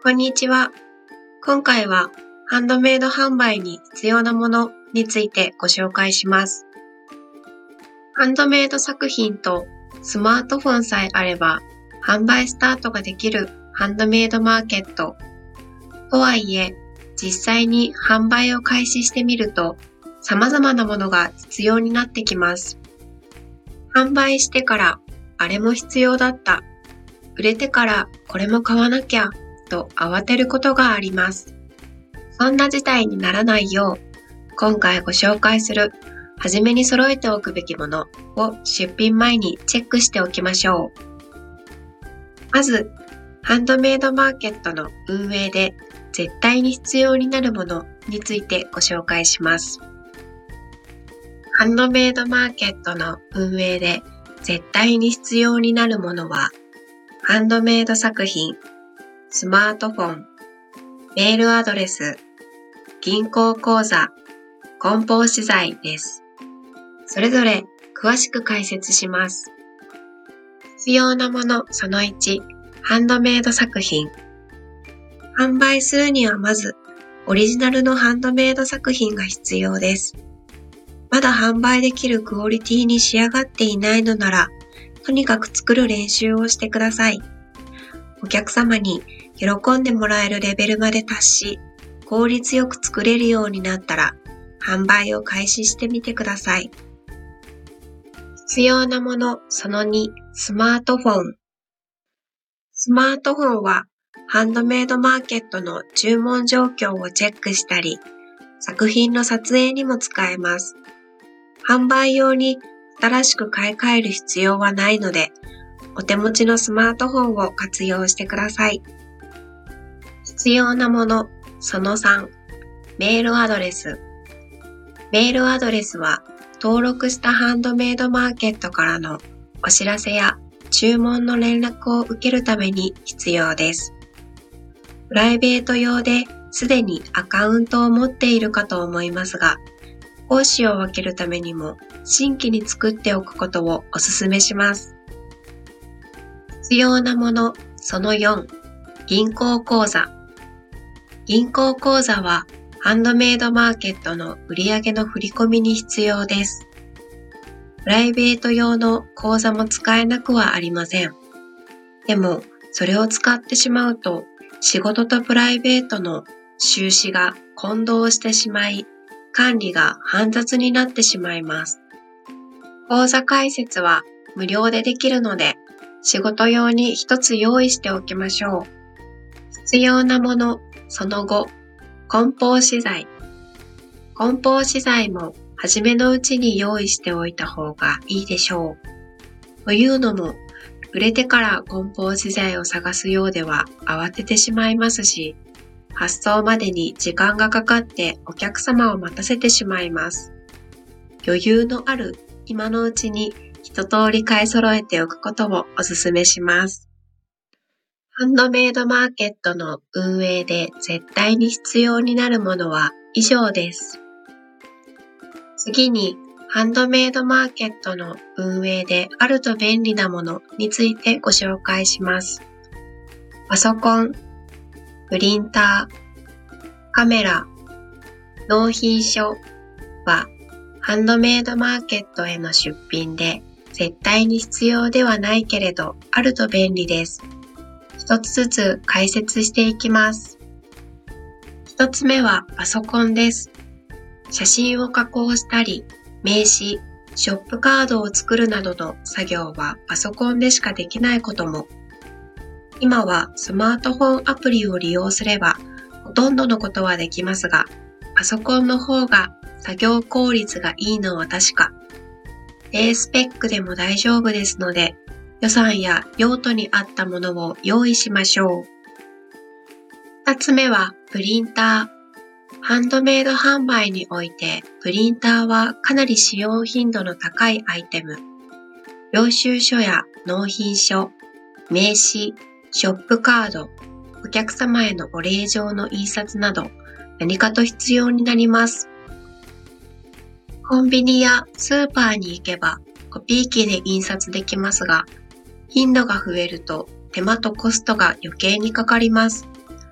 こんにちは。今回はハンドメイド販売に必要なものについてご紹介します。ハンドメイド作品とスマートフォンさえあれば販売スタートができるハンドメイドマーケット。とはいえ、実際に販売を開始してみると様々なものが必要になってきます。販売してからあれも必要だった。売れてからこれも買わなきゃと慌てることがあります。そんな事態にならないよう、今回ご紹介する初めに揃えておくべきものを出品前にチェックしておきましょう。まず、ハンドメイドマーケットの運営で絶対に必要になるものについてご紹介します。ハンドメイドマーケットの運営で絶対に必要になるものは、ハンドメイド作品、スマートフォン、メールアドレス、銀行口座、梱包資材です。それぞれ詳しく解説します。必要なものその1、ハンドメイド作品。販売するにはまず、オリジナルのハンドメイド作品が必要です。まだ販売できるクオリティに仕上がっていないのなら、とにかく作る練習をしてください。お客様に喜んでもらえるレベルまで達し、効率よく作れるようになったら、販売を開始してみてください。必要なものその2、スマートフォン。スマートフォンは、ハンドメイドマーケットの注文状況をチェックしたり、作品の撮影にも使えます。販売用に新しく買い替える必要はないので、お手持ちのスマートフォンを活用してください。必要なものその3、メールアドレス。メールアドレスは登録したハンドメイドマーケットからのお知らせや注文の連絡を受けるために必要です。プライベート用ですでにアカウントを持っているかと思いますが、講師を分けるためにも新規に作っておくことをお勧めします。必要なものその4、銀行口座。銀行口座はハンドメイドマーケットの売上の振り込みに必要です。プライベート用の口座も使えなくはありません。でも、それを使ってしまうと、仕事とプライベートの収支が混同してしまい、管理が煩雑になってしまいます。口座開設は無料でできるので、仕事用に一つ用意しておきましょう。必要なもの、その5、梱包資材。梱包資材も初めのうちに用意しておいた方がいいでしょう。というのも、売れてから梱包資材を探すようでは慌ててしまいますし、発送までに時間がかかってお客様を待たせてしまいます。余裕のある今のうちに一通り買い揃えておくことをお勧めします。ハンドメイドマーケットの運営で絶対に必要になるものは以上です。次に、ハンドメイドマーケットの運営であると便利なものについてご紹介します。パソコン、プリンター、カメラ、納品書はハンドメイドマーケットへの出品で絶対に必要ではないけれどあると便利です。一つずつ解説していきます。一つ目はパソコンです。写真を加工したり、名刺、ショップカードを作るなどの作業はパソコンでしかできないことも、今はスマートフォンアプリを利用すればほとんどのことはできますが、パソコンの方が作業効率がいいのは確か。低スペックでも大丈夫ですので、予算や用途に合ったものを用意しましょう。二つ目はプリンター。ハンドメイド販売において、プリンターはかなり使用頻度の高いアイテム。領収書や納品書、名刺、ショップカード、お客様へのお礼状の印刷など、何かと必要になります。コンビニやスーパーに行けば、コピー機で印刷できますが、頻度が増えると手間とコストが余計にかかります。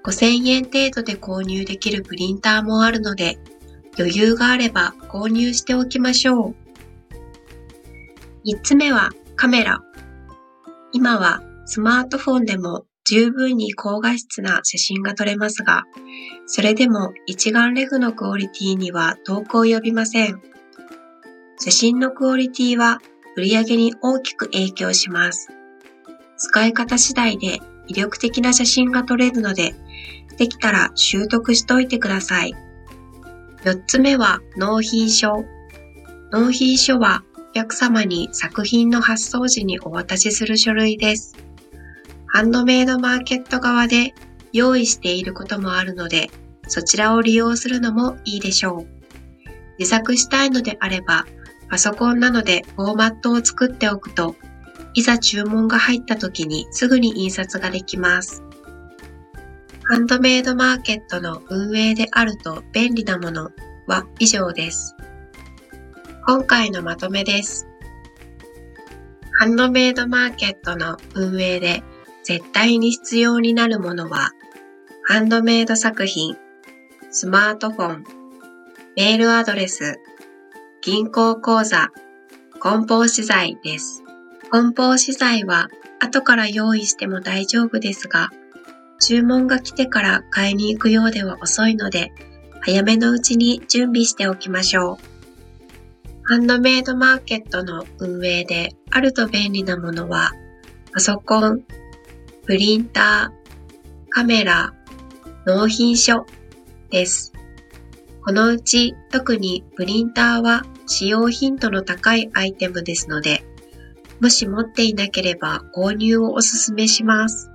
5000円程度で購入できるプリンターもあるので、余裕があれば購入しておきましょう。3つ目はカメラ。今はスマートフォンでも十分に高画質な写真が撮れますが、それでも一眼レフのクオリティには遠く及びません。写真のクオリティは売り上げに大きく影響します。使い方次第で魅力的な写真が撮れるので、できたら習得しといてください。4つ目は納品書。納品書はお客様に作品の発送時にお渡しする書類です。ハンドメイドマーケット側で用意していることもあるので、そちらを利用するのもいいでしょう。自作したいのであれば、パソコンなどでフォーマットを作っておくと、いざ注文が入った時にすぐに印刷ができます。ハンドメイドマーケットの運営であると便利なものは以上です。今回のまとめです。ハンドメイドマーケットの運営で絶対に必要になるものは、ハンドメイド作品、スマートフォン、メールアドレス、銀行口座、梱包資材です。梱包資材は後から用意しても大丈夫ですが、注文が来てから買いに行くようでは遅いので、早めのうちに準備しておきましょう。ハンドメイドマーケットの運営であると便利なものは、パソコン、プリンター、カメラ、納品書です。このうち特にプリンターは使用頻度の高いアイテムですので、もし持っていなければ購入をお勧めします。